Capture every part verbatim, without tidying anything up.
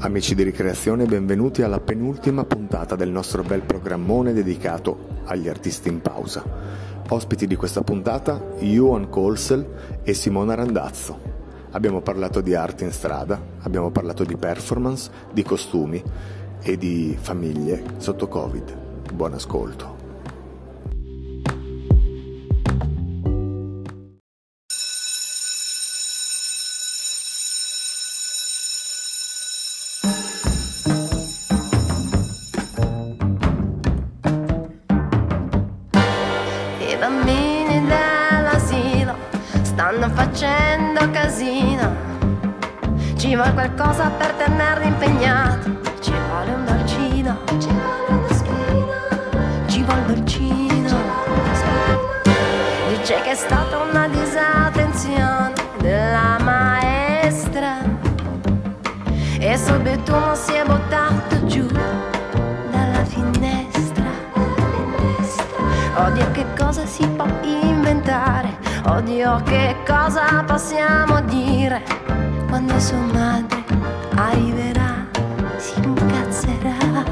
Amici di Ricreazione, benvenuti alla penultima puntata del nostro bel programmone dedicato agli artisti in pausa. Ospiti di questa puntata, Johan Kolsel e Simona Randazzo. Abbiamo parlato di arte in strada, abbiamo parlato di performance, di costumi e di famiglie sotto Covid. Buon ascolto. Facendo casino, ci vuole qualcosa per tenerli impegnati, ci vuole un dolcino, ci vuole una spina, ci vuole un dolcino. Dice che è stata una disattenzione della maestra e subito uno si è buttato giù dalla finestra. Oddio, che cosa si può inventare, oddio, che cosa possiamo dire quando sua madre arriverà, si incazzerà,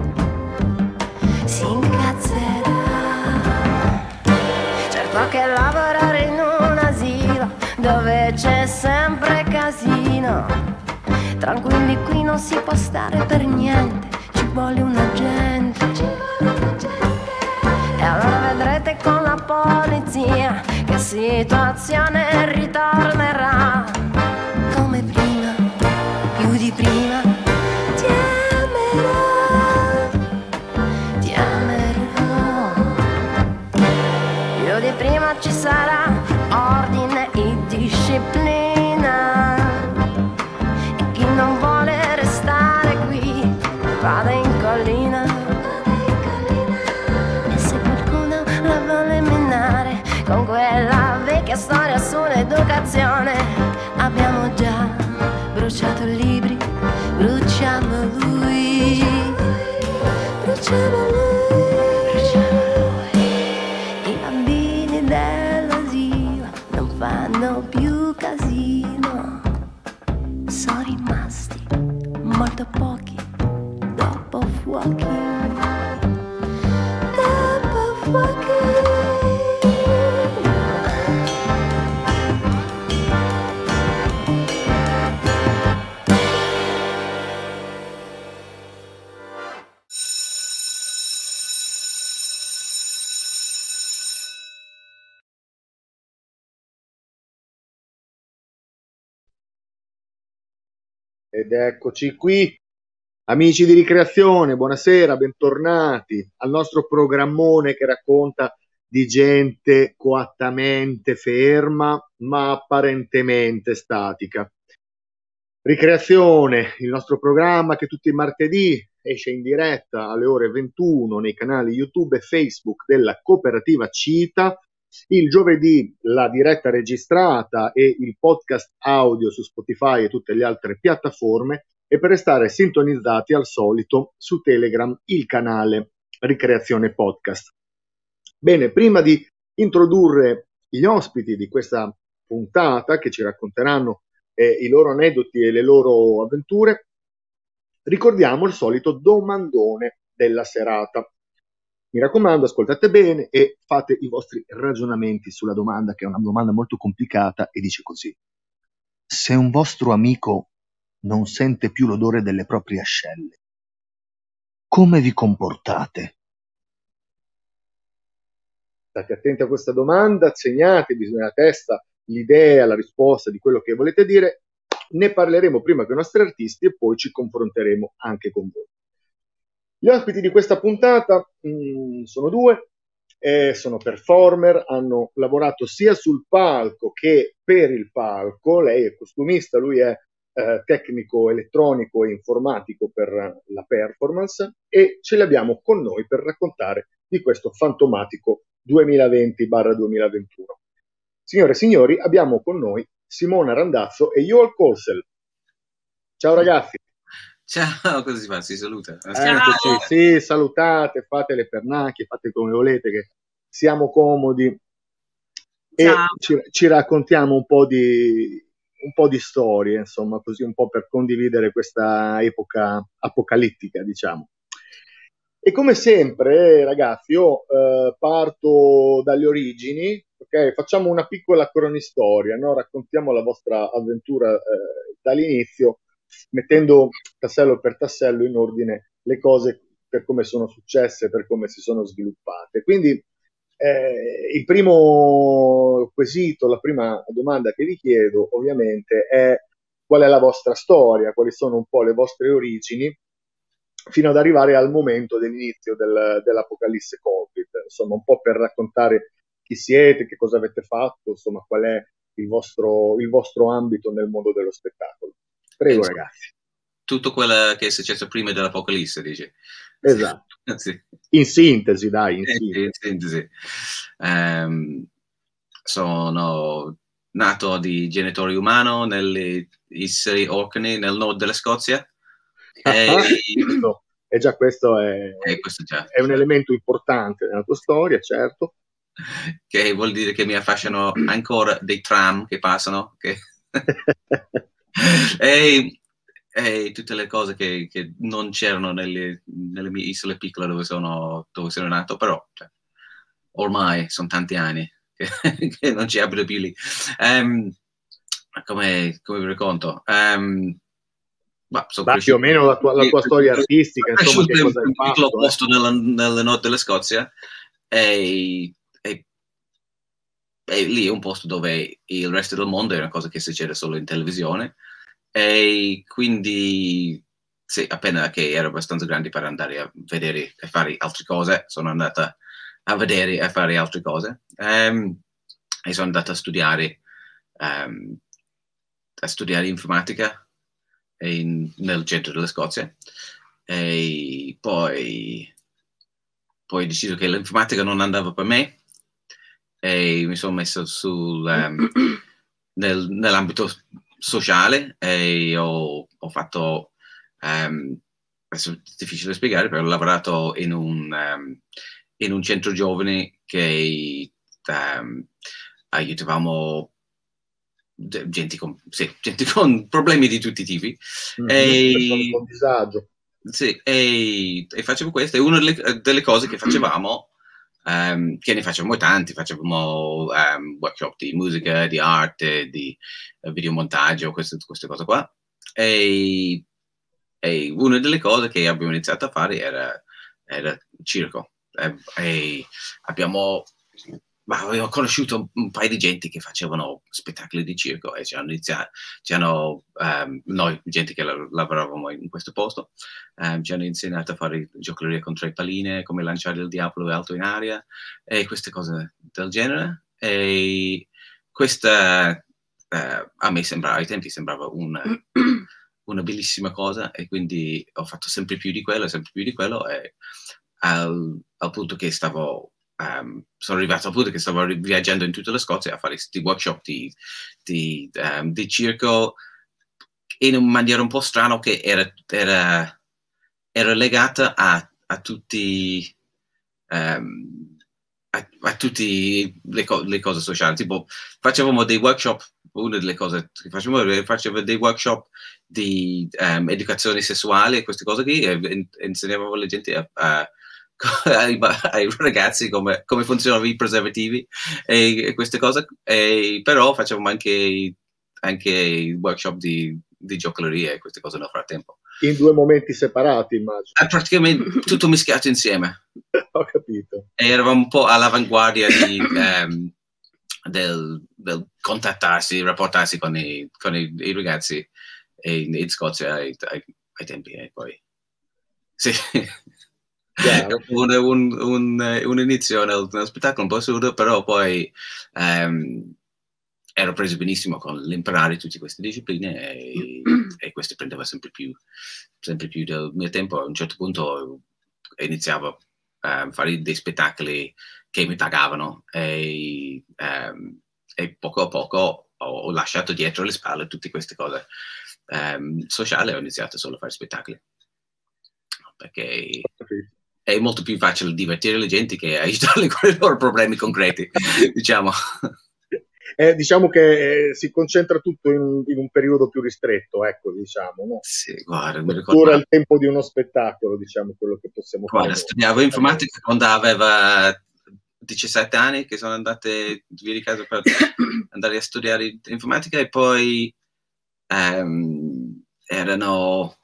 si incazzerà. Certo che lavorare in un asilo dove c'è sempre casino, tranquilli qui non si può stare per niente, ci vuole un agente, ci vuole un agente. E allora vedrete con la polizia che situazione ritornerà come prima, più di prima. Ti amerò, ti amerò. Più di prima ci sarà ordine e disciplina, e chi non vuole restare qui vada in collina. Con quella vecchia storia sull'educazione abbiamo già bruciato libri, bruciamo lui, bruciamo lui, bruciamo lui. I bambini dell'asilo non fanno più casino, sono rimasti molto pochi dopo fuochi, dopo fuochi. Ed eccoci qui, amici di Ricreazione, buonasera, bentornati al nostro programmone che racconta di gente coattamente ferma, ma apparentemente statica. Ricreazione, il nostro programma che tutti i martedì esce in diretta alle ore ventuno nei canali YouTube e Facebook della Cooperativa Cita. Il giovedì la diretta registrata e il podcast audio su Spotify e tutte le altre piattaforme, e per restare sintonizzati al solito su Telegram il canale Ricreazione Podcast. Bene, prima di introdurre gli ospiti di questa puntata che ci racconteranno eh, i loro aneddoti e le loro avventure, ricordiamo il solito domandone della serata. Mi raccomando, ascoltate bene e fate i vostri ragionamenti sulla domanda, che è una domanda molto complicata, e dice così: se un vostro amico non sente più l'odore delle proprie ascelle, come vi comportate? State attenti a questa domanda, segnatevi nella testa l'idea, la risposta di quello che volete dire. Ne parleremo prima con i nostri artisti e poi ci confronteremo anche con voi. Gli ospiti di questa puntata mh, sono due, eh, sono performer, hanno lavorato sia sul palco che per il palco. Lei è costumista, lui è eh, tecnico elettronico e informatico per la performance, e ce li abbiamo con noi per raccontare di questo fantomatico duemilaventi duemilaventuno. Signore e signori, abbiamo con noi Simona Randazzo e Johan Kolsel. Ciao ragazzi. Ciao, cosa si fa? Si saluta? Eccoci, sì, salutate, fate le pernacchie, fate come volete, che siamo comodi. E ci, ci raccontiamo un po' di un po' di storie, insomma, così un po' per condividere questa epoca apocalittica, diciamo. E come sempre, ragazzi, io eh, parto dalle origini, ok? Facciamo una piccola cronistoria, no? Raccontiamo la vostra avventura eh, dall'inizio, mettendo tassello per tassello in ordine le cose per come sono successe, per come si sono sviluppate. Quindi eh, il primo quesito, la prima domanda che vi chiedo, ovviamente, è qual è la vostra storia, quali sono un po' le vostre origini, fino ad arrivare al momento dell'inizio del, dell'apocalisse Covid, insomma, un po' per raccontare chi siete, che cosa avete fatto, insomma, qual è il vostro, il vostro ambito nel mondo dello spettacolo. Prego, Insomma, ragazzi. Tutto quello che è successo prima dell'apocalisse, dici? Esatto. Sì. In sintesi, dai, in Eh, sintesi. in sintesi. Um, sono nato di genitore umano nelle isole Orkney, nel nord della Scozia. Ah, e, ah, questo, e già questo è, e questo già, è un elemento importante nella tua storia, certo. Che vuol dire che mi affascinano ancora dei tram che passano. Che e, e tutte le cose che, che non c'erano nelle, nelle mie isole piccole dove sono, dove sono nato, però cioè, ormai sono tanti anni che, che non ci abito più lì. Um, come, come vi racconto? Um, bah, sono bah, più o meno la tua, la tua storia artistica, insomma, che cosa hai in un piccolo fatto? posto eh? nella, nel nord della Scozia, e, e, e lì è un posto dove il resto del mondo è una cosa che succede solo in televisione, e quindi sì, appena che ero abbastanza grande per andare a vedere e fare altre cose, sono andata a vedere e fare altre cose, um, e sono andata a studiare um, a studiare informatica in, nel centro della Scozia, e poi poi ho deciso che l'informatica non andava per me e mi sono messo sul, um, nel, nell'ambito sociale, e ho, ho fatto um, adesso è difficile da spiegare, però ho lavorato in un, um, in un centro giovani che um, aiutavamo gente con, sì, gente con problemi di tutti i tipi, Mm-hmm. e, con disagio. Sì, e, e facevo questo, e una delle, delle cose che facevamo, um, che ne facevamo tanti, facevamo um, workshop di musica, di arte, di uh, videomontaggio, queste, queste cose qua, e, e una delle cose che abbiamo iniziato a fare era, era circo, e, e abbiamo ma avevo conosciuto un paio di gente che facevano spettacoli di circo, e ci hanno iniziato, ci hanno, um, noi, gente che la, lavoravamo in questo posto, um, ci hanno insegnato a fare giocherie con tre palline, come lanciare il diavolo alto in aria, e queste cose del genere. E questa, uh, a me sembrava, ai tempi sembrava una, una bellissima cosa, e quindi ho fatto sempre più di quello, sempre più di quello, e al, al punto che stavo Um, sono arrivato al punto che stavo viaggiando in tutta la Scozia a fare questi workshop di, di, um, di circo, in una maniera un po' strana, che era, era, era legata a, a tutti um, a, a tutte le, co- le cose sociali. Tipo, facevamo dei workshop, una delle cose che facevamo era facevamo dei workshop di um, educazione sessuale, queste cose qui, e insegnavamo alla gente a, a Ai, ai ragazzi come, come funzionano i preservativi e, e queste cose, e, però facevamo anche, anche workshop di, di giocoleria e queste cose nel frattempo. In due momenti separati, immagino. È praticamente tutto mischiato insieme. Ho capito. E eravamo un po' all'avanguardia di, um, del, del contattarsi, rapportarsi con i, con i, i ragazzi in, in Scozia ai, ai, ai tempi, e poi sì. Un, un, un, un inizio nel, nello spettacolo un po' assurdo, però poi um, ero preso benissimo con l'imparare tutte queste discipline, e, e questo prendeva sempre più, sempre più del mio tempo. A un certo punto iniziavo a fare dei spettacoli che mi pagavano, e, um, e poco a poco ho, ho lasciato dietro le spalle tutte queste cose um, sociali, e ho iniziato solo a fare spettacoli, perché è molto più facile divertire le gente che aiutarle con i loro problemi concreti, diciamo. Eh, diciamo che eh, si concentra tutto in un, in un periodo più ristretto, ecco, diciamo, no? Sì, guarda, mi Dura ricordo, il tempo di uno spettacolo, diciamo, quello che possiamo guarda, fare studiavo informatica quando aveva diciassette anni, che sono andate via di casa per andare a studiare informatica, e poi ehm, erano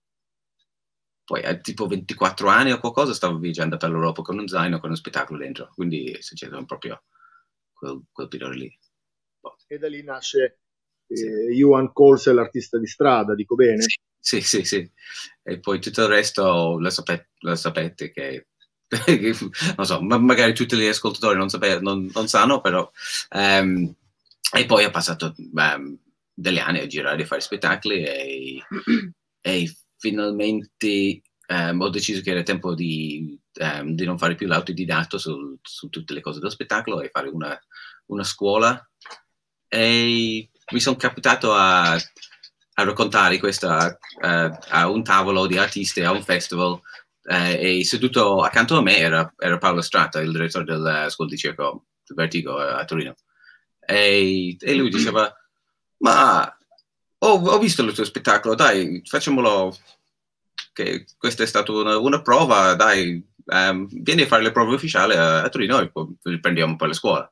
poi a tipo ventiquattro anni o qualcosa, stavo viaggiando per l'Europa con un zaino con uno spettacolo dentro, quindi succedono proprio quel, quel periodo lì. Boh. E da lì nasce eh, Sì. Johan Colse, l'artista di strada, dico bene? Sì, sì, sì, sì. E poi tutto il resto lo sapete, lo sapete che non so, ma magari tutti gli ascoltatori non, sape, non, non sanno, però um, e poi ho passato beh, degli anni a girare, a fare spettacoli e, e finalmente um, ho deciso che era tempo di, um, di non fare più l'autodidatto su, su tutte le cose dello spettacolo e fare una, una scuola, e mi sono capitato a, a raccontare questa uh, a un tavolo di artisti a un festival. Eh, e seduto accanto a me era, era Paolo Strata, il direttore della scuola di circo Vertigo a, a Torino, e, e lui diceva: ma ho, ho visto il tuo spettacolo, dai, facciamolo, che questa è stata una, una prova, dai, um, vieni a fare le prove ufficiali a, a Torino e poi riprendiamo poi la scuola.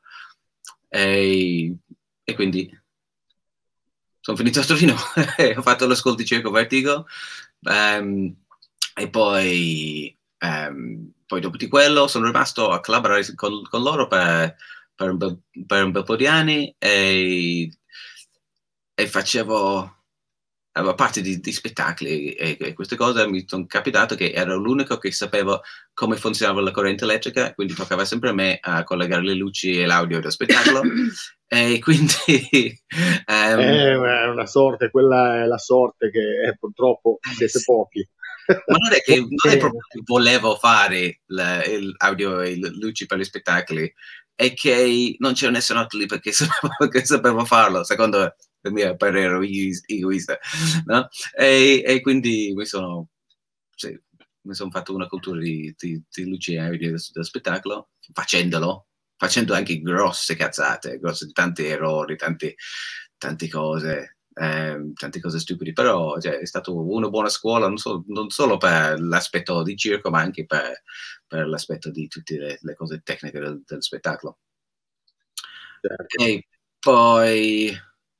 E, e quindi sono finito a Torino e ho fatto la scuola di circo Vertigo. Um, E poi, um, poi dopo di quello sono rimasto a collaborare con, con loro per, per, un bel, per un bel po' di anni, e, e facevo, a parte di, di spettacoli e, e queste cose, mi sono capitato che ero l'unico che sapeva come funzionava la corrente elettrica, quindi toccava sempre a me a collegare le luci e l'audio dello spettacolo. E quindi um, è una sorte, quella è la sorte che eh, purtroppo siete sì. pochi. Ma non è che non è proprio che volevo fare l'audio e le luci per gli spettacoli, è che non c'era nessuno altro lì perché sapevo, che sapevo farlo, secondo il mio parere egoista, no? E, e quindi mi sono, sì, mi sono fatto una cultura di, di, di luci e audio dello spettacolo, facendolo, facendo anche grosse cazzate, grosse, tanti errori, tanti, tante cose. Eh, tante cose stupide, però cioè, è stata una buona scuola non, so, non solo per l'aspetto di circo, ma anche per, per l'aspetto di tutte le, le cose tecniche del, del spettacolo. Certo. E poi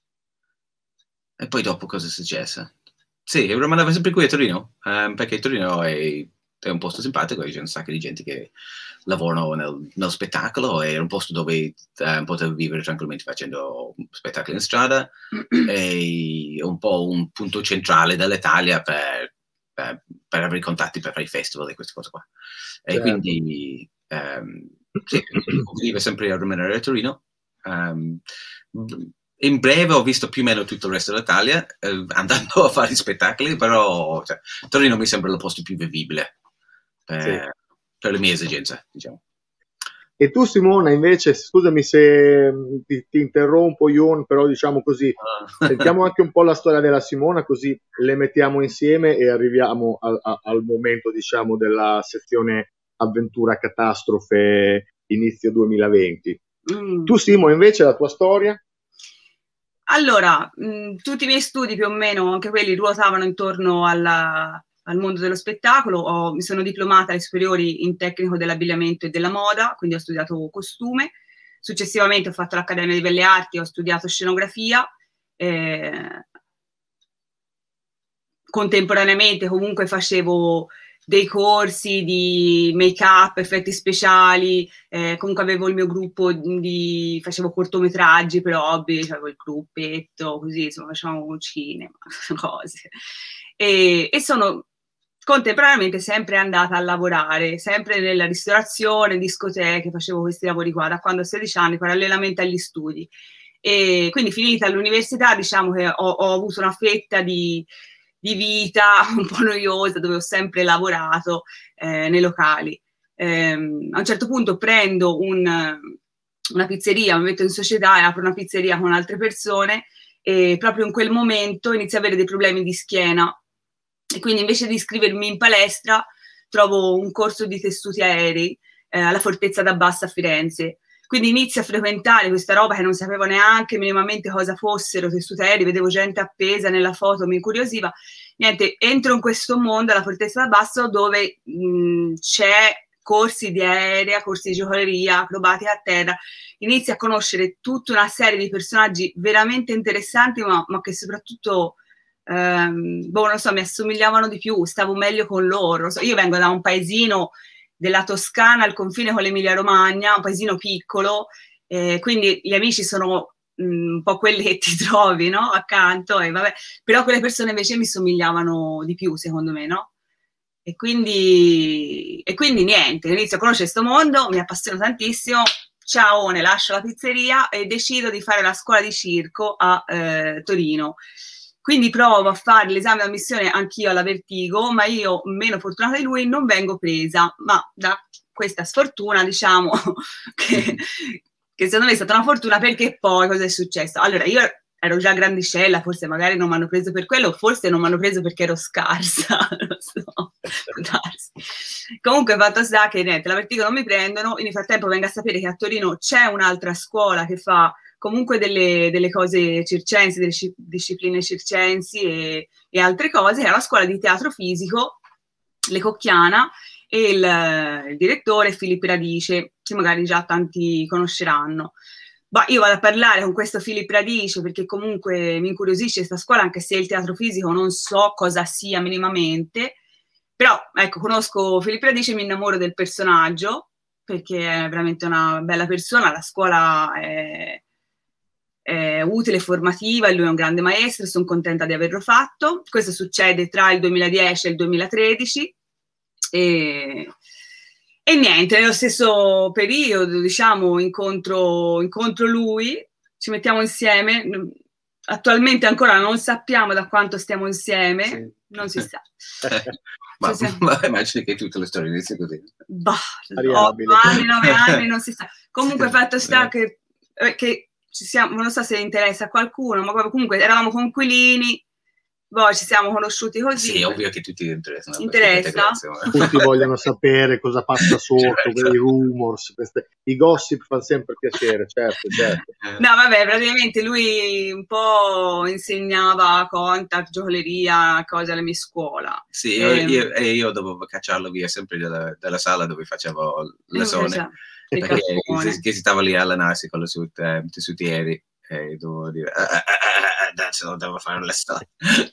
e poi dopo cosa è successo? Sì, rimaneva sempre qui a Torino, um, perché Torino è, è un posto simpatico, c'è un sacco di gente che lavorano nel, nel spettacolo, è un posto dove uh, potevo vivere tranquillamente facendo spettacoli in strada, è un po' un punto centrale dell'Italia per, per, per avere contatti, per fare i festival e queste cose qua. E certo. quindi um, sì, vive sempre a rimanere a Torino. Um, in breve ho visto più o meno tutto il resto dell'Italia, eh, andando a fare spettacoli, però cioè, Torino mi sembra il posto più vivibile per, sì. per le mie esigenze, diciamo. E tu, Simona, invece, scusami se ti, ti interrompo, Ion, però diciamo così, uh. sentiamo anche un po' la storia della Simona, così le mettiamo insieme e arriviamo al, al momento, diciamo, della sezione avventura catastrofe inizio duemilaventi. Mm. Tu, Simo, invece, la tua storia? Allora, mh, tutti i miei studi più o meno, anche quelli, ruotavano intorno alla, al mondo dello spettacolo. Ho, mi sono diplomata alle superiori in tecnico dell'abbigliamento e della moda, quindi ho studiato costume. Successivamente ho fatto l'Accademia di Belle Arti, ho studiato scenografia. Eh, contemporaneamente comunque facevo dei corsi di make-up, effetti speciali, eh, comunque avevo il mio gruppo di, facevo cortometraggi per hobby, avevo il gruppetto, così, insomma, facevamo cinema, cose. E, e sono contemporaneamente sempre andata a lavorare, sempre nella ristorazione, discoteche, facevo questi lavori qua, da quando ho sedici anni, parallelamente agli studi. E quindi finita l'università, diciamo che ho, ho avuto una fetta di di vita un po' noiosa, dove ho sempre lavorato eh, nei locali. Eh, a un certo punto prendo un, una pizzeria, mi metto in società e apro una pizzeria con altre persone, e proprio in quel momento inizio a avere dei problemi di schiena, e quindi invece di iscrivermi in palestra trovo un corso di tessuti aerei eh, alla Fortezza d'Abbassa a Firenze. quindi inizio a frequentare questa roba che non sapevo neanche minimamente cosa fossero, tessuti aerei, vedevo gente appesa nella foto, mi incuriosiva. Niente, entro in questo mondo, alla Fortezza d'Abbasso, dove mh, c'è corsi di aerea, corsi di giocoleria, acrobatica a terra, inizi a conoscere tutta una serie di personaggi veramente interessanti, ma, ma che soprattutto, ehm, boh, non so, mi assomigliavano di più, stavo meglio con loro. Io vengo da un paesino della Toscana al confine con l'Emilia Romagna, un paesino piccolo, eh, quindi gli amici sono mh, un po' quelli che ti trovi, no? Accanto, e vabbè, però quelle persone invece mi somigliavano di più, secondo me, no? E quindi, e quindi niente, inizio a conoscere questo mondo, mi appassiono tantissimo, ciao, ne lascio la pizzeria e decido di fare la scuola di circo a eh, Torino. Quindi provo a fare l'esame d'ammissione anch'io alla Vertigo, ma io, meno fortunata di lui, non vengo presa, ma da questa sfortuna, diciamo, che, che secondo me è stata una fortuna, perché poi cosa è successo? Allora, io ero già grandicella, forse magari non mi hanno preso per quello, forse non mi hanno preso perché ero scarsa, non so. Comunque fatto sta che niente, la Vertigo non mi prendono, nel frattempo vengo a sapere che a Torino c'è un'altra scuola che fa comunque delle, delle cose circensi, delle discipline circensi e, e altre cose, che è la scuola di teatro fisico, Le Cocchiana, e il, il direttore è Filippo Radice, che magari già tanti conosceranno. Bah, io vado a parlare con questo Filippo Radice perché comunque mi incuriosisce questa scuola, anche se il teatro fisico non so cosa sia minimamente, però ecco, conosco Filippo Radice e mi innamoro del personaggio, perché è veramente una bella persona, la scuola è, è utile e formativa, e lui è un grande maestro, sono contenta di averlo fatto. Questo succede tra il duemiladieci e il duemilatredici e... E niente, nello stesso periodo, diciamo, incontro, incontro lui, ci mettiamo insieme. Attualmente ancora non sappiamo da quanto stiamo insieme, sì. Non si sa. ma, ma immagini che tutte le storie iniziano così. Bah, otto anni, nove anni, non si sa. Comunque fatto sta che, che ci siamo, non so se interessa a qualcuno, ma comunque eravamo coinquilini. Boh, ci siamo conosciuti così. Sì, è ovvio che tutti interessano. Interessa. Tutti vogliono sapere cosa passa sotto, certo. I rumors, queste, i gossip fanno sempre piacere, certo, certo. No, vabbè, praticamente lui un po' insegnava contact, giocoleria, cose alla mia scuola. Sì, e io, io, io dovevo cacciarlo via sempre dalla, dalla sala dove facevo lezione, perché che si stava lì a allenarsi con le sue tessutieri e dovevo dire... Uh, uh, uh, adesso non devo fare un lezione.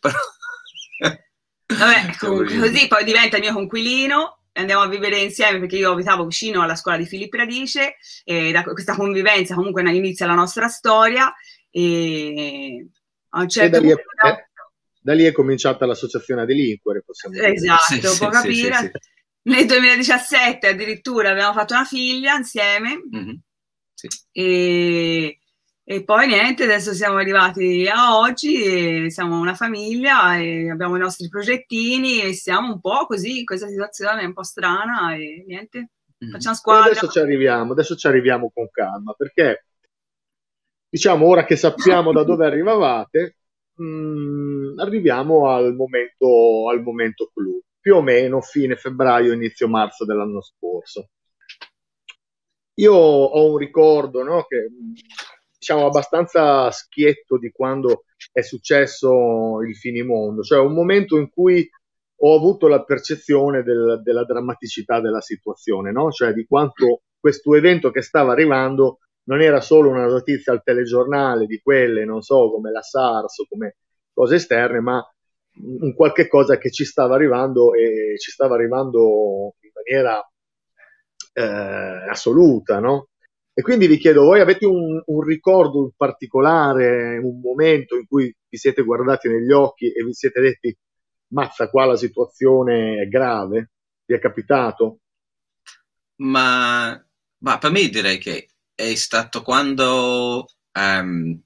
Vabbè, comunque, così poi diventa il mio conquilino, andiamo a vivere insieme perché io abitavo vicino alla scuola di Filippo Radice e da questa convivenza comunque inizia la nostra storia e a un certo e da, lì è, punto... eh, da lì è cominciata l'associazione a delinquere, possiamo dire. Esatto, sì, può sì, capire. Sì, sì, sì. Nel duemiladiciassette addirittura abbiamo fatto una figlia insieme. Mm-hmm. Sì. E... E poi niente, adesso siamo arrivati a oggi e siamo una famiglia e abbiamo i nostri progettini e siamo un po' così, questa situazione è un po' strana e niente, facciamo squadra. E adesso ci arriviamo, adesso ci arriviamo con calma, perché diciamo ora che sappiamo da dove arrivavate, mh, arriviamo al momento, al momento clou, più o meno fine febbraio, inizio marzo dell'anno scorso. Io ho un ricordo, no, che... diciamo abbastanza schietto di quando è successo il finimondo, cioè un momento in cui ho avuto la percezione del, della drammaticità della situazione, no? Cioè di quanto questo evento che stava arrivando non era solo una notizia al telegiornale di quelle, non so, come la SARS o come cose esterne, ma un qualche cosa che ci stava arrivando e ci stava arrivando in maniera eh, assoluta, no? E quindi vi chiedo, voi avete un, un ricordo in particolare, un momento in cui vi siete guardati negli occhi e vi siete detti, mazza, qua la situazione è grave? Vi è capitato? Ma, ma per me direi che è stato quando, um,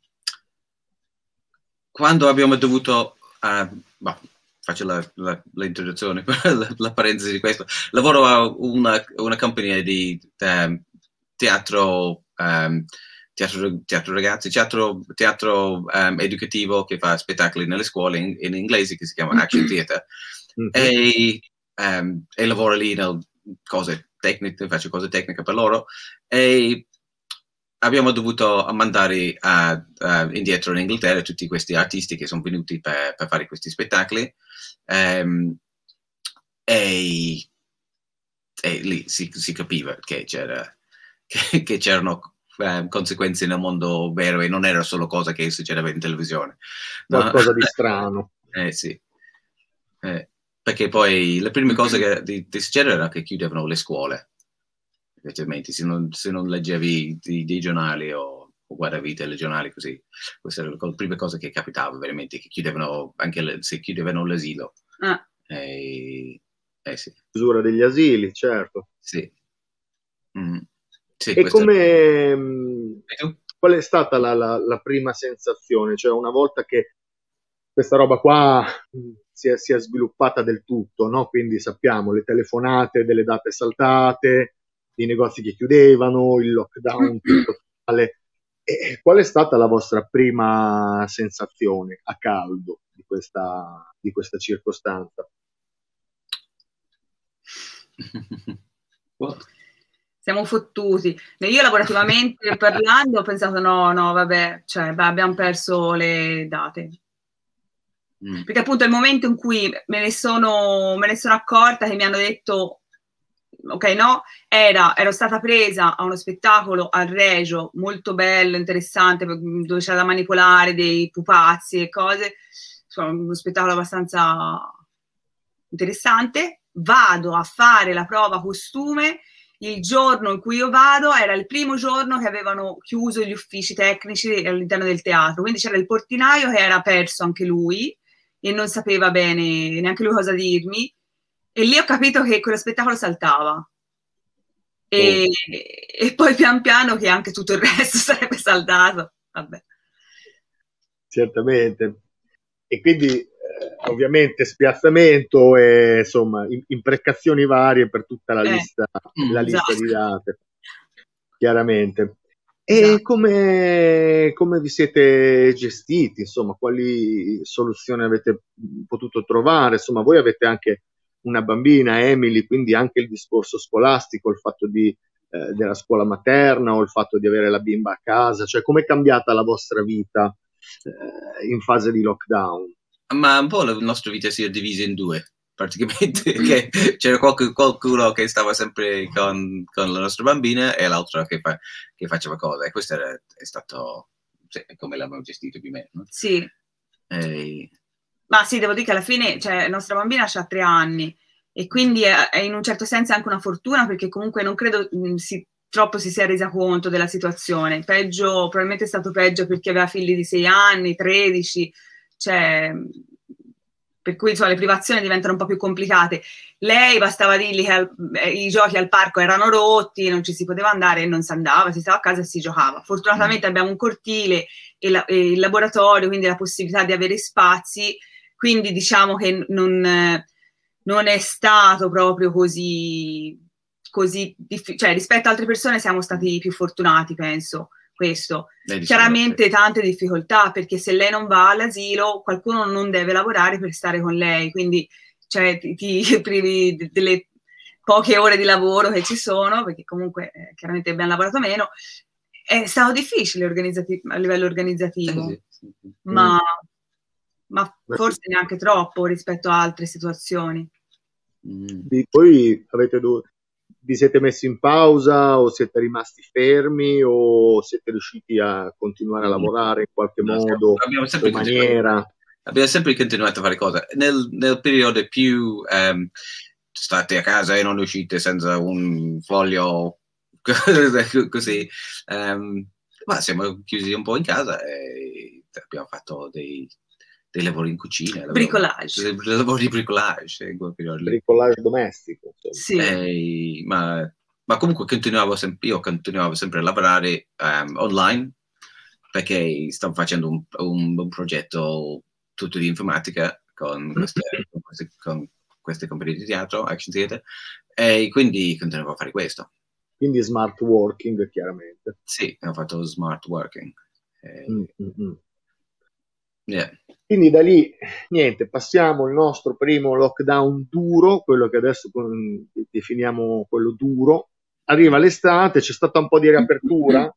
quando abbiamo dovuto, uh, bah, faccio la, la, l'introduzione, la, la parentesi di questo, lavoro a una, una compagnia di... Um, teatro, um, teatro, teatro ragazzi, teatro, teatro um, educativo che fa spettacoli nelle scuole in, in inglese che si chiama Action Theatre mm-hmm. e, um, e lavoro lì nel cose tecniche, faccio cose tecniche per loro e abbiamo dovuto mandare uh, uh, indietro in Inghilterra tutti questi artisti che sono venuti per, per fare questi spettacoli, um, e, e lì si, si capiva che, c'era, che, che c'erano uh, conseguenze nel mondo vero e non era solo cosa che succedeva in televisione. Qualcosa No? di strano. Eh sì. Eh, perché poi le prime cose che di, di succedere era che chiudevano le scuole. Effettivamente, se non, se non leggevi i, i giornali o, o guardavi i telegiornali così, questa era la prima cosa che capitava veramente, che chiudevano anche le, se chiudevano l'asilo. Ah. E, eh sì. Chiusura degli asili, certo. Sì. Mm. Sì, e questo... come E tu? Qual è stata la, la, la prima sensazione? Cioè, una volta che questa roba qua si è, si è sviluppata del tutto, no? Quindi sappiamo le telefonate delle date saltate, i negozi che chiudevano, il lockdown totale. E qual è stata la vostra prima sensazione a caldo di questa, di questa circostanza? Well. Siamo fottuti. Io lavorativamente parlando ho pensato no, no, vabbè, cioè, beh, abbiamo perso le date. Mm. Perché appunto il momento in cui me ne sono, me ne sono accorta che mi hanno detto ok, no, era, ero stata presa a uno spettacolo al Regio, molto bello, interessante, dove c'era da manipolare dei pupazzi e cose, insomma, uno spettacolo abbastanza interessante. Vado a fare la prova costume. Il giorno in cui io vado era il primo giorno che avevano chiuso gli uffici tecnici all'interno del teatro, quindi c'era il portinaio che era perso anche lui e non sapeva bene neanche lui cosa dirmi, e lì ho capito che quello spettacolo saltava e, oh. e poi pian piano che anche tutto il resto sarebbe saltato. Vabbè. Certamente. E quindi ovviamente spiazzamento e insomma imprecazioni varie per tutta la eh, lista, mm, la lista esatto. di date, chiaramente. E esatto. come, come vi siete gestiti? Insomma, quali soluzioni avete potuto trovare? Insomma, voi avete anche una bambina, Emily, quindi anche il discorso scolastico, il fatto di, eh, della scuola materna o il fatto di avere la bimba a casa, cioè com'è cambiata la vostra vita eh, in fase di lockdown? Ma un po' la nostra vita si è divisa in due, praticamente, che c'era qualc- qualcuno che stava sempre con, con la nostra bambina e l'altro che, fa- che faceva cose, e questo era, è stato sì, come l'abbiamo gestito più o meno. No? Sì. E... Ma sì, devo dire che alla fine, cioè, la nostra bambina ha tre anni e quindi è, è in un certo senso anche una fortuna, perché comunque non credo mh, si, troppo si sia resa conto della situazione. Peggio, probabilmente è stato peggio perché aveva figli di sei anni, tredici, cioè, per cui insomma, le privazioni diventano un po' più complicate. Lei bastava dirgli che al, eh, i giochi al parco erano rotti, non ci si poteva andare e non si andava, si stava a casa e si giocava. Fortunatamente abbiamo un cortile e, la, e il laboratorio, quindi la possibilità di avere spazi, quindi diciamo che non, eh, non è stato proprio così, così difficile, cioè rispetto ad altre persone siamo stati più fortunati, penso. Questo. Chiaramente tante difficoltà, perché se lei non va all'asilo qualcuno non deve lavorare per stare con lei, quindi cioè, ti, ti privi delle poche ore di lavoro che ci sono, perché comunque eh, chiaramente abbiamo lavorato meno. È stato difficile a livello organizzativo, sì, sì, sì. Ma, ma forse neanche troppo rispetto a altre situazioni. Mm. Voi avete dovuto vi siete messi in pausa o siete rimasti fermi o siete riusciti a continuare a lavorare in qualche no, modo abbiamo sempre o maniera? Abbiamo sempre continuato a fare cose. Nel, nel periodo più um, state a casa e non uscite senza un foglio così, um, ma siamo chiusi un po' in casa e abbiamo fatto dei, dei lavori in cucina. Bricolage. Dei, dei lavori di bricolage. In quel periodo lì. Bricolage domestico. Sì. E, ma, ma comunque continuavo sempre, io continuavo sempre a lavorare um, online, perché stavo facendo un, un, un progetto tutto di informatica con queste, con queste, con queste compagnie di teatro, Action Theatre, e quindi continuavo a fare questo. Quindi smart working, chiaramente. Sì, ho fatto smart working. E... Mm-hmm. Yeah. Quindi da lì, niente, passiamo il nostro primo lockdown duro, quello che adesso definiamo quello duro. Arriva l'estate, c'è stata un po' di riapertura,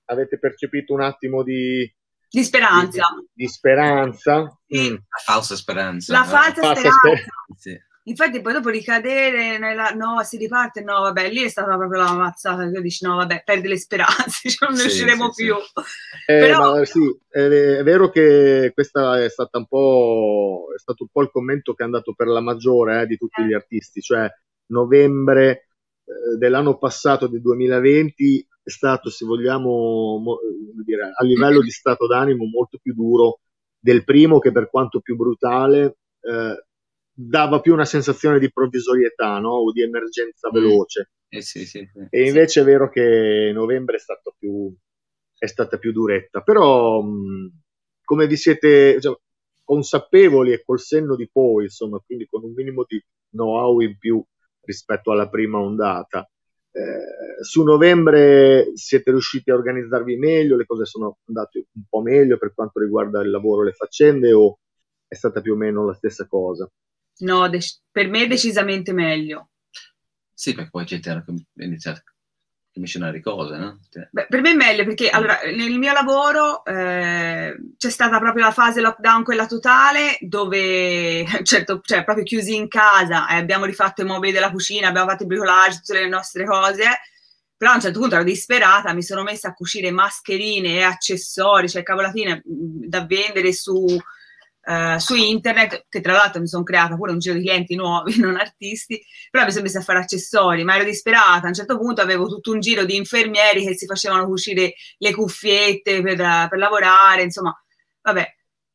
avete percepito un attimo di, di speranza. Di, di speranza. Sì. Mm. La falsa speranza. La falsa, falsa speranza. speranza. Sì. Infatti poi dopo ricadere nella no, si riparte, no vabbè, lì è stata proprio la mazzata, che dici no vabbè, perdi le speranze, cioè non ne sì, usciremo sì, più. Sì. Eh, Però... ma sì, è, è vero che questa è stata un po' è stato un po' il commento che è andato per la maggiore eh, di tutti eh. gli artisti, cioè novembre eh, dell'anno passato, del duemilaventi, è stato, se vogliamo mo, dire, a livello di stato d'animo molto più duro del primo, che per quanto più brutale eh, dava più una sensazione di provvisorietà, no? O di emergenza veloce. Eh, sì, sì, sì. E invece è vero che novembre è stato più è stata più duretta, però mh, come vi siete cioè, consapevoli e col senno di poi, insomma, quindi con un minimo di know-how in più rispetto alla prima ondata, eh, su novembre siete riusciti a organizzarvi meglio, le cose sono andate un po' meglio per quanto riguarda il lavoro, le faccende, o è stata più o meno la stessa cosa? No, dec- per me decisamente meglio. Sì, perché poi gente ha iniziato a commissionare cose, no? Beh, per me è meglio perché allora, nel mio lavoro eh, c'è stata proprio la fase lockdown, quella totale, dove certo, cioè, proprio chiusi in casa e abbiamo rifatto i mobili della cucina, abbiamo fatto il bricolage, tutte le nostre cose, però a un certo punto ero disperata, mi sono messa a cucire mascherine e accessori, cioè cavolatine da vendere su... Uh, su internet, che tra l'altro mi sono creata pure un giro di clienti nuovi, non artisti, però mi sono messa a fare accessori, ma ero disperata. A un certo punto avevo tutto un giro di infermieri che si facevano cucire le cuffiette per, per lavorare, insomma, vabbè.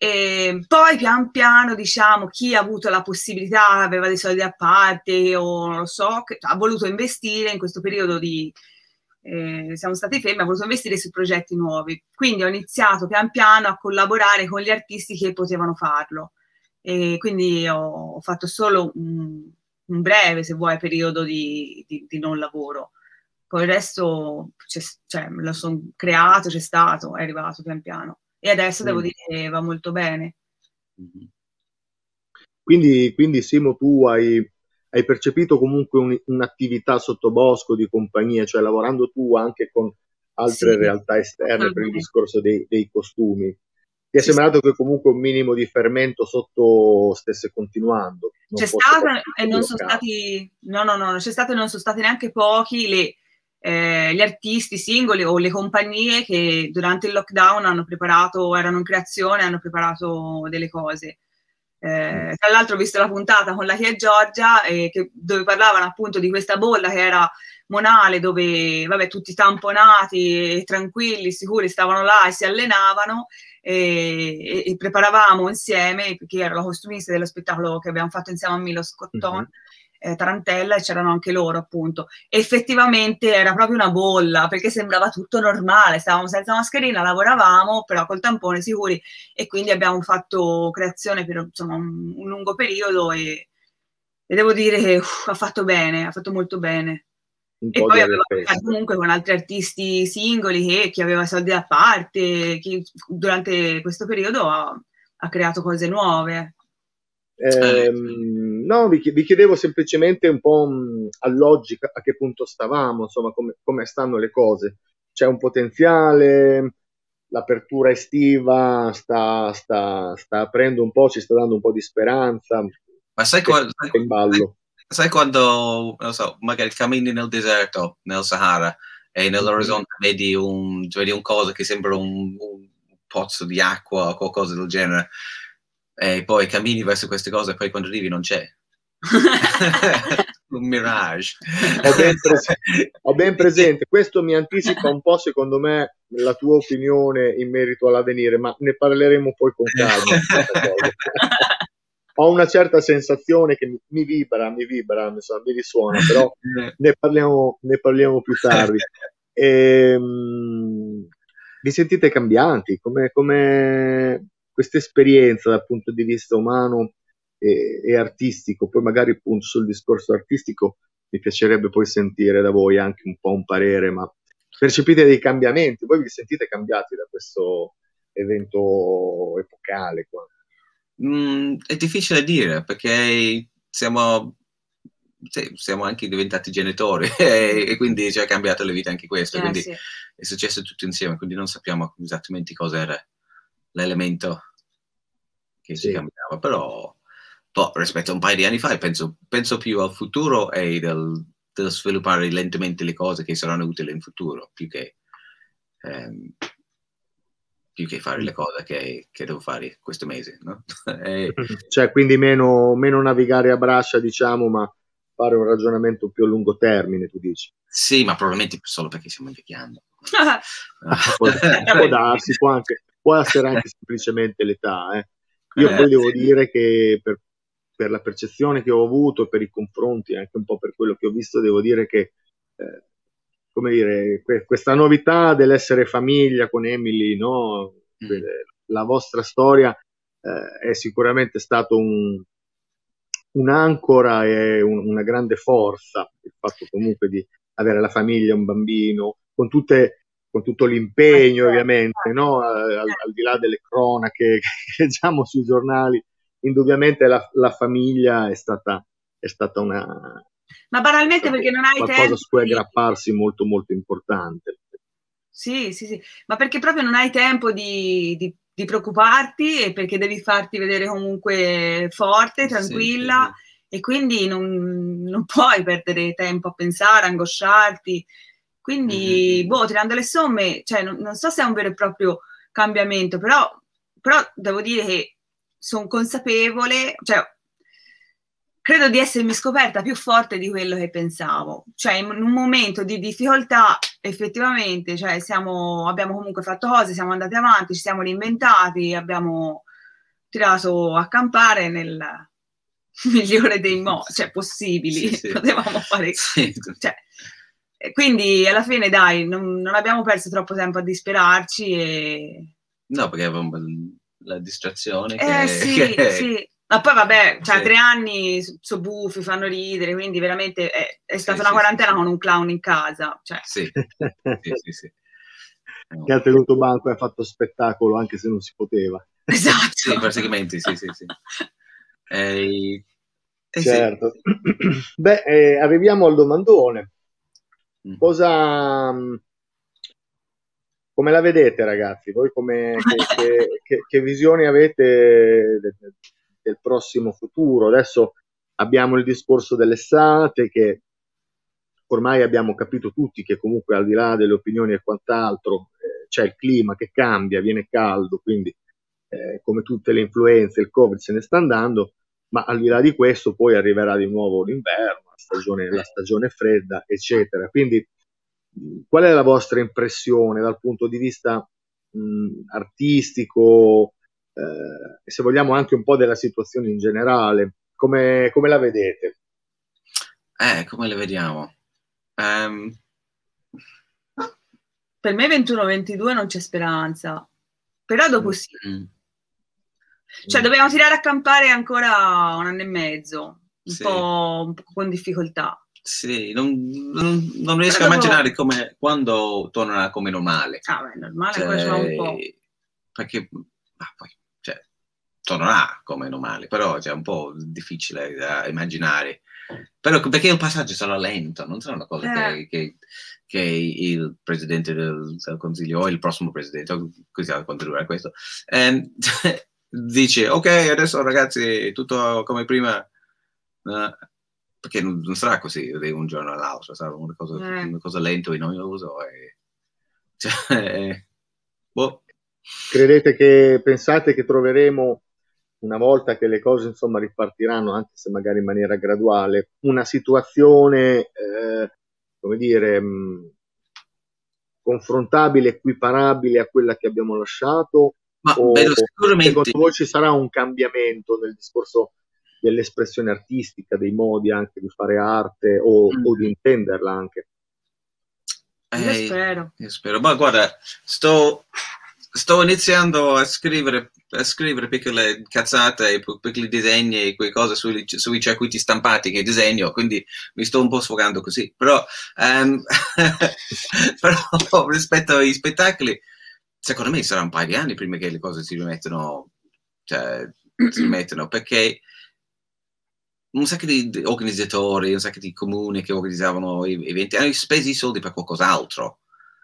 E poi pian piano, diciamo, chi ha avuto la possibilità, aveva dei soldi a parte o non lo so, che ha voluto investire in questo periodo di... Eh, siamo stati fermi, ha voluto investire su progetti nuovi, quindi ho iniziato pian piano a collaborare con gli artisti che potevano farlo, e quindi ho fatto solo un, un breve, se vuoi, periodo di, di, di non lavoro, poi il resto cioè, me lo sono creato, c'è stato, è arrivato pian piano e adesso mm. devo dire che va molto bene. Quindi, quindi Simo, tu hai hai percepito comunque un, un'attività sottobosco di compagnia, cioè lavorando tu anche con altre sì, realtà esterne per il discorso dei, dei costumi. Ti è sì, sembrato sì. che comunque un minimo di fermento sotto stesse continuando? C'è stato e non sono stati, no, no, no, c'è stato e non sono stati neanche pochi le, eh, gli artisti singoli o le compagnie che durante il lockdown hanno preparato, erano in creazione, hanno preparato delle cose. Eh, tra l'altro ho visto la puntata con la Chia e Giorgia eh, che, dove parlavano appunto di questa bolla che era Monale, dove vabbè, tutti tamponati e tranquilli, sicuri, stavano là e si allenavano e, e, e preparavamo insieme, perché ero la costumista dello spettacolo che abbiamo fatto insieme a Milo Scotton, mm-hmm. eh, Tarantella, e c'erano anche loro appunto. Effettivamente era proprio una bolla, perché sembrava tutto normale, stavamo senza mascherina, lavoravamo però col tampone sicuri, e quindi abbiamo fatto creazione per insomma un, un lungo periodo e, e devo dire che uff, ha fatto bene, ha fatto molto bene. E poi avevo fatto comunque con altri artisti singoli che chi aveva soldi a parte, chi durante questo periodo ha, ha creato cose nuove. Eh, no, vi, vi chiedevo semplicemente un po' mh, a logica a che punto stavamo, insomma, come, come stanno le cose. C'è un potenziale, l'apertura estiva sta, sta, sta aprendo un po', ci sta dando un po' di speranza. Ma sai quando, sai, in ballo. Sai quando, non so, magari cammini nel deserto, nel Sahara, e nell'orizzonte mm-hmm. vedi un, vedi un cosa che sembra un, un pozzo di acqua o qualcosa del genere, e poi cammini verso queste cose e poi quando arrivi non c'è. Un mirage. Ho ben, presente, ho ben presente, questo mi anticipa un po' secondo me la tua opinione in merito all'avvenire, ma ne parleremo poi con calma. Ho una certa sensazione che mi, mi vibra, mi vibra, insomma, mi risuona, però ne parliamo, ne parliamo più tardi. E, um, vi sentite cambianti? Come, come questa esperienza dal punto di vista umano e, e artistico, poi magari appunto sul discorso artistico mi piacerebbe poi sentire da voi anche un po' un parere, ma percepite dei cambiamenti? Voi vi sentite cambiati da questo evento epocale qua? Mm, è difficile dire perché siamo sì, siamo anche diventati genitori e, e quindi ci ha cambiato la vita anche questo, Eh, quindi sì. è successo tutto insieme, quindi non sappiamo esattamente cosa era l'elemento che Sì. ci cambiava, però boh, rispetto a un paio di anni fa penso, penso più al futuro e del, del sviluppare lentamente le cose che saranno utili in futuro, più che, ehm, più che fare le cose che, che devo fare questo mese, no? E, Cioè, quindi meno, meno navigare a braccia, diciamo, ma fare un ragionamento più a lungo termine, tu dici. sì, ma probabilmente solo perché stiamo invecchiando. può, può darsi, può, anche, può essere anche semplicemente l'età. Eh. Io poi devo dire che per, per la percezione che ho avuto, per i confronti, anche un po' per quello che ho visto, devo dire che eh, come dire, que- questa novità dell'essere famiglia con Emily, no? Mm. La vostra storia eh, è sicuramente stato un, un'ancora e un, una grande forza, il fatto comunque di avere la famiglia, un bambino, con, tutte, con tutto l'impegno ovviamente, no? al, al di là delle cronache che leggiamo sui giornali, indubbiamente la, la famiglia è stata, è stata una... Ma banalmente perché non hai qualcosa tempo su cui di... aggrapparsi molto molto importante. Sì, sì, sì, ma perché proprio non hai tempo di, di, di preoccuparti e perché devi farti vedere comunque forte, tranquilla, sì, sì, sì. E quindi non, non puoi perdere tempo a pensare, angosciarti. Quindi, mm-hmm. boh, tirando le somme, cioè non, non so se è un vero e proprio cambiamento, però, però devo dire che sono consapevole, cioè credo di essermi scoperta più forte di quello che pensavo. Cioè, in un momento di difficoltà, effettivamente, cioè, siamo, abbiamo comunque fatto cose, siamo andati avanti, ci siamo reinventati, abbiamo tirato a campare nel migliore dei modi, cioè, possibili. Sì, sì. Potevamo fare... Sì. Cioè, quindi, alla fine, dai, non, non abbiamo perso troppo tempo a disperarci e... No, perché avevamo la distrazione eh, che... sì, che... sì. Ma poi vabbè, cioè sì. tre anni sono buffi, fanno ridere, quindi veramente è, è stata sì, una sì, quarantena sì, con un clown in casa. Cioè. Sì, sì, sì, sì. Che ha tenuto banco e ha fatto spettacolo anche se non si poteva. Esatto. Sì, praticamente, sì, sì, sì. E... Eh, certo. sì. Beh, eh, arriviamo al domandone. Cosa... Come la vedete, ragazzi? Voi come, che, che, che, che visioni avete del, del prossimo futuro? Adesso abbiamo il discorso dell'estate, che ormai abbiamo capito tutti che comunque al di là delle opinioni e quant'altro eh, c'è il clima che cambia, viene caldo, quindi eh, come tutte le influenze il Covid se ne sta andando, ma al di là di questo poi arriverà di nuovo l'inverno, la stagione, la stagione fredda, eccetera. Quindi qual è la vostra impressione dal punto di vista mh, artistico eh, e se vogliamo anche un po' della situazione in generale? Come, come la vedete? Eh, come le vediamo? Um... Per me ventuno ventidue non c'è speranza, però dopo sì. Mm. Cioè dobbiamo tirare a campare ancora un anno e mezzo, un, sì. po', un po' con difficoltà. Sì, non, non, non riesco però a dopo... immaginare come, quando tornerà come normale. Ah, beh, normale cioè, ancora ci va un po'. Perché, ah, poi, cioè, tornerà come normale, però è cioè, un po' difficile da immaginare. Però perché il passaggio sarà lento, non sarà una cosa eh. che, che, che il presidente del, del Consiglio o il prossimo presidente, così a quanto dura questo, eh, dice ok, adesso ragazzi tutto come prima, eh, perché non, non sarà così di un giorno all'altro, sarà una cosa, eh. una cosa lento e noioso e, cioè, boh. Credete che, pensate che troveremo una volta che le cose insomma ripartiranno, anche se magari in maniera graduale, una situazione eh, come dire mh, confrontabile, equiparabile a quella che abbiamo lasciato? Ma o vedo sicuramente... secondo voi ci sarà un cambiamento nel discorso dell'espressione artistica, dei modi anche di fare arte o, mm. o di intenderla anche? Eh, io spero. Io spero, ma guarda, sto... Sto iniziando a scrivere, a scrivere piccole cazzate, piccoli disegni e quelle cose sui, sui circuiti stampati che disegno, quindi mi sto un po' sfogando così. Però, um, però rispetto ai spettacoli, secondo me sarà un paio di anni prima che le cose si rimettano, cioè, si rimettono, perché un sacco di, di organizzatori, un sacco di comuni che organizzavano eventi, hanno speso i soldi per qualcos'altro.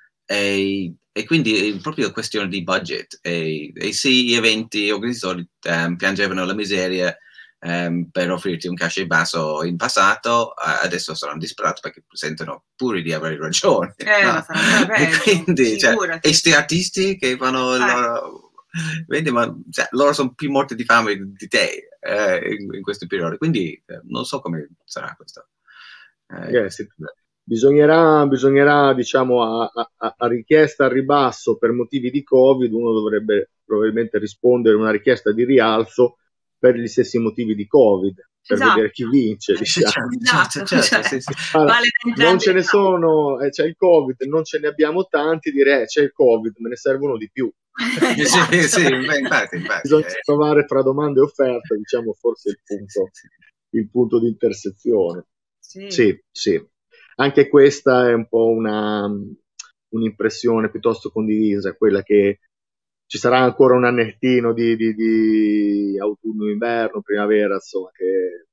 E, e quindi è proprio una questione di budget. E, e sì, gli eventi organizzatori um, piangevano la miseria um, per offrirti un cachet basso in passato, uh, adesso saranno disperati perché sentono pure di avere ragione. Eh, no? ma saranno E quindi, cioè, e sti artisti che fanno il Eh. loro... Vedi, ma cioè, loro sono più morti di fame di te eh, in, in questo periodo, quindi eh, non so come sarà questo. Eh, Eh, sì. Bisognerà, bisognerà, diciamo, a, a, a richiesta al ribasso per motivi di Covid, uno dovrebbe probabilmente rispondere a una richiesta di rialzo per gli stessi motivi di Covid, per Esatto. vedere chi vince. Diciamo. Certo, certo, certo, sì, sì. Allora, Vale non ce ne entrambi. sono, eh, c'è il Covid, non ce ne abbiamo tanti, direi c'è il Covid, me ne servono di più. Sì, sì, sì, beh, infatti, infatti, Bisogna eh. trovare fra domanda e offerta, diciamo, forse il punto, il punto di intersezione. Sì. Sì, sì. Anche questa è un po' una, un'impressione piuttosto condivisa, quella che ci sarà ancora un annettino di, di, di autunno, inverno, primavera, insomma, che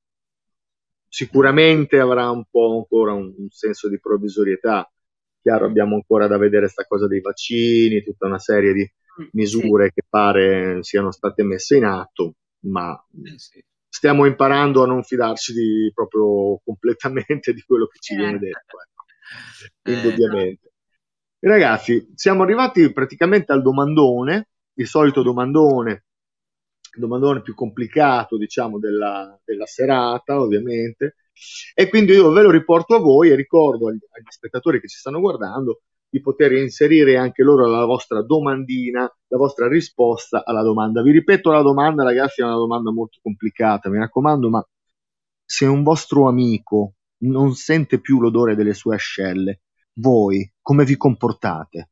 sicuramente avrà un po' ancora un, un senso di provvisorietà. Chiaro, abbiamo ancora da vedere sta cosa dei vaccini, tutta una serie di misure Sì. che pare siano state messe in atto, ma Eh, sì. stiamo imparando a non fidarci di, proprio completamente di quello che ci Eh. viene detto, ecco. Eh, Indubbiamente. Ragazzi, siamo arrivati praticamente al domandone, il solito domandone, il domandone più complicato, diciamo, della, della serata, ovviamente, e quindi io ve lo riporto a voi e ricordo agli, agli spettatori che ci stanno guardando di poter inserire anche loro la vostra domandina, la vostra risposta alla domanda. Vi ripeto la domanda, ragazzi, è una domanda molto complicata, mi raccomando, ma se un vostro amico non sente più l'odore delle sue ascelle, voi come vi comportate?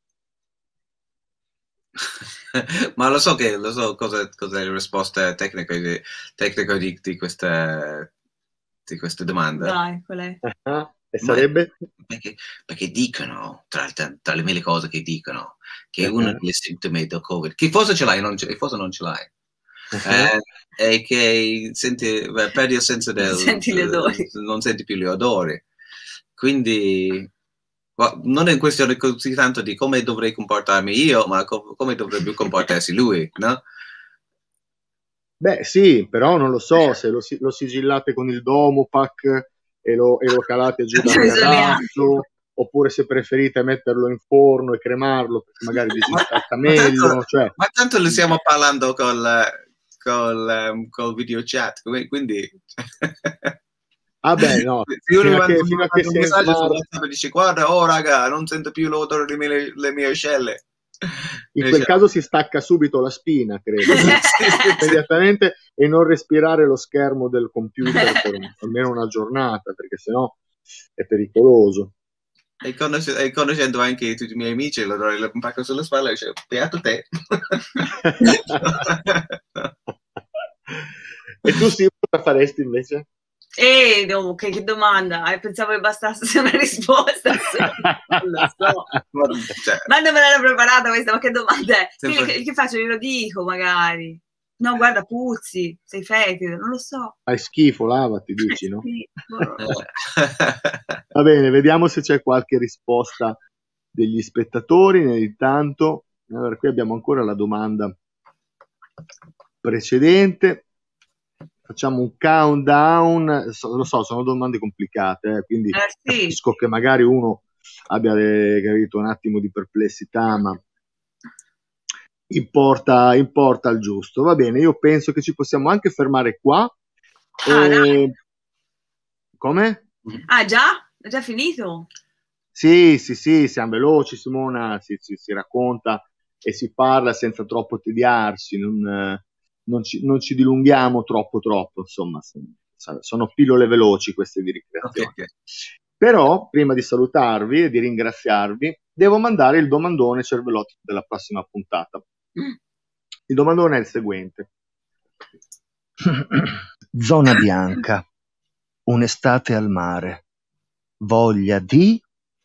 ma lo so che lo so cosa, cosa è la risposta tecnica di, tecnica di, di questa di questa domanda. Dai, qual è? Ah, e sarebbe? Perché, perché dicono, tra, tra le mille cose che dicono, che Uh-huh. uno dei sintomi del Covid, che forse ce l'hai, non ce, forse non ce l'hai, Uh-huh. eh, è che senti, beh, perdi il senso del... Senti gli odori. Non senti più gli odori. Quindi non è questione così tanto di come dovrei comportarmi io, ma com- come dovrebbe comportarsi lui, no? Beh, sì, però non lo so, se lo, lo sigillate con il Domopac e lo, e lo calate giù dal terrazzo, oppure se preferite metterlo in forno e cremarlo, perché magari disinscalda meglio. Ma tanto, cioè... ma tanto lo stiamo parlando col, col, um, col video chat, quindi... Ah beh, no, se uno fino mi a che, manda fino a che un sei messaggio su smart... WhatsApp e dice guarda, oh raga, non sento più l'odore delle mie, le mie ascelle. In quel diciamo. caso si stacca subito la spina, credo, sì, sì, immediatamente, e non respirare lo schermo del computer per un, almeno una giornata, perché sennò è pericoloso. E, conosce- e conoscendo anche tutti i miei amici, allora le impacco sulla spalla e dice beato te. E tu sì, cosa faresti invece? Eh, no, che, che domanda, eh, pensavo che bastasse una risposta. Non lo so. Ma, cioè, ma non me l'ero preparata questa, ma che domanda è? sempre... Che, che faccio? Glielo dico magari. No, guarda, puzzi, sei fetido, non lo so. Fai schifo, lavati, dici, no? Sì. Va bene, vediamo se c'è qualche risposta degli spettatori. Intanto, allora, qui abbiamo ancora la domanda precedente. Facciamo un countdown, lo so, sono domande complicate, eh, quindi eh, sì. capisco che magari uno abbia le, capito, un attimo di perplessità, ma importa, importa il giusto. Va bene, io penso che ci possiamo anche fermare qua. Ah, e... Come? Ah, già? È già finito? Sì, sì, sì, siamo veloci, Simona, si, si, si racconta e si parla senza troppo tediarsi, non... Non ci, non ci dilunghiamo troppo troppo, insomma, sono pillole veloci queste di ricreazione. Okay, okay. Però, prima di salutarvi e di ringraziarvi, devo mandare il domandone cervellotico della prossima puntata. Mm. Il domandone è il seguente. Zona bianca, un'estate al mare, voglia di...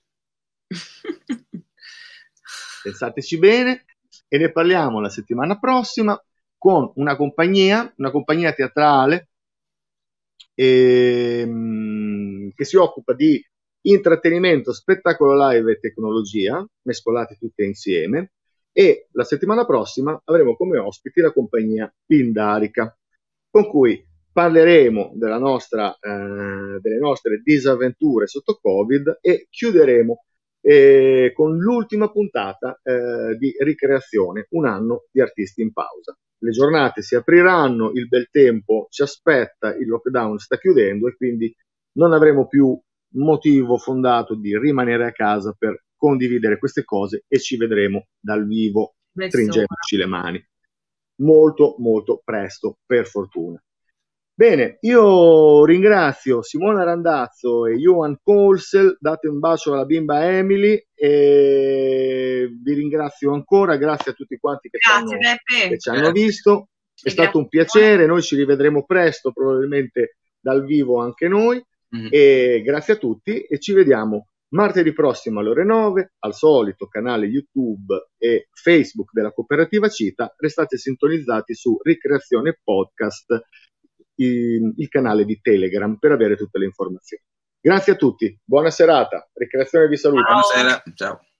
Pensateci bene e ne parliamo la settimana prossima con una compagnia, una compagnia teatrale e, mh, che si occupa di intrattenimento, spettacolo live e tecnologia, mescolati tutte insieme, e la settimana prossima avremo come ospiti la compagnia Pindarica, con cui parleremo della nostra, eh, delle nostre disavventure sotto Covid e chiuderemo eh, con l'ultima puntata eh, di Ricreazione, un anno di artisti in pausa. Le giornate si apriranno, il bel tempo ci aspetta, il lockdown sta chiudendo e quindi non avremo più motivo fondato di rimanere a casa per condividere queste cose e ci vedremo dal vivo, stringendoci le mani. Molto, molto presto, per fortuna. Bene, io ringrazio Simona Randazzo e Johan Colsel, date un bacio alla bimba Emily e vi ringrazio ancora, grazie a tutti quanti che, grazie, ci hanno, che ci hanno grazie. visto, è e stato un piacere, noi ci rivedremo presto, probabilmente dal vivo anche noi, mm-hmm. E grazie a tutti e ci vediamo martedì prossimo alle ore nove, al solito canale YouTube e Facebook della Cooperativa Cita, restate sintonizzati su Ricreazione Podcast, il, il canale di Telegram, per avere tutte le informazioni. Grazie a tutti, buona serata, Ricreazione vi saluta. Buonasera, ciao.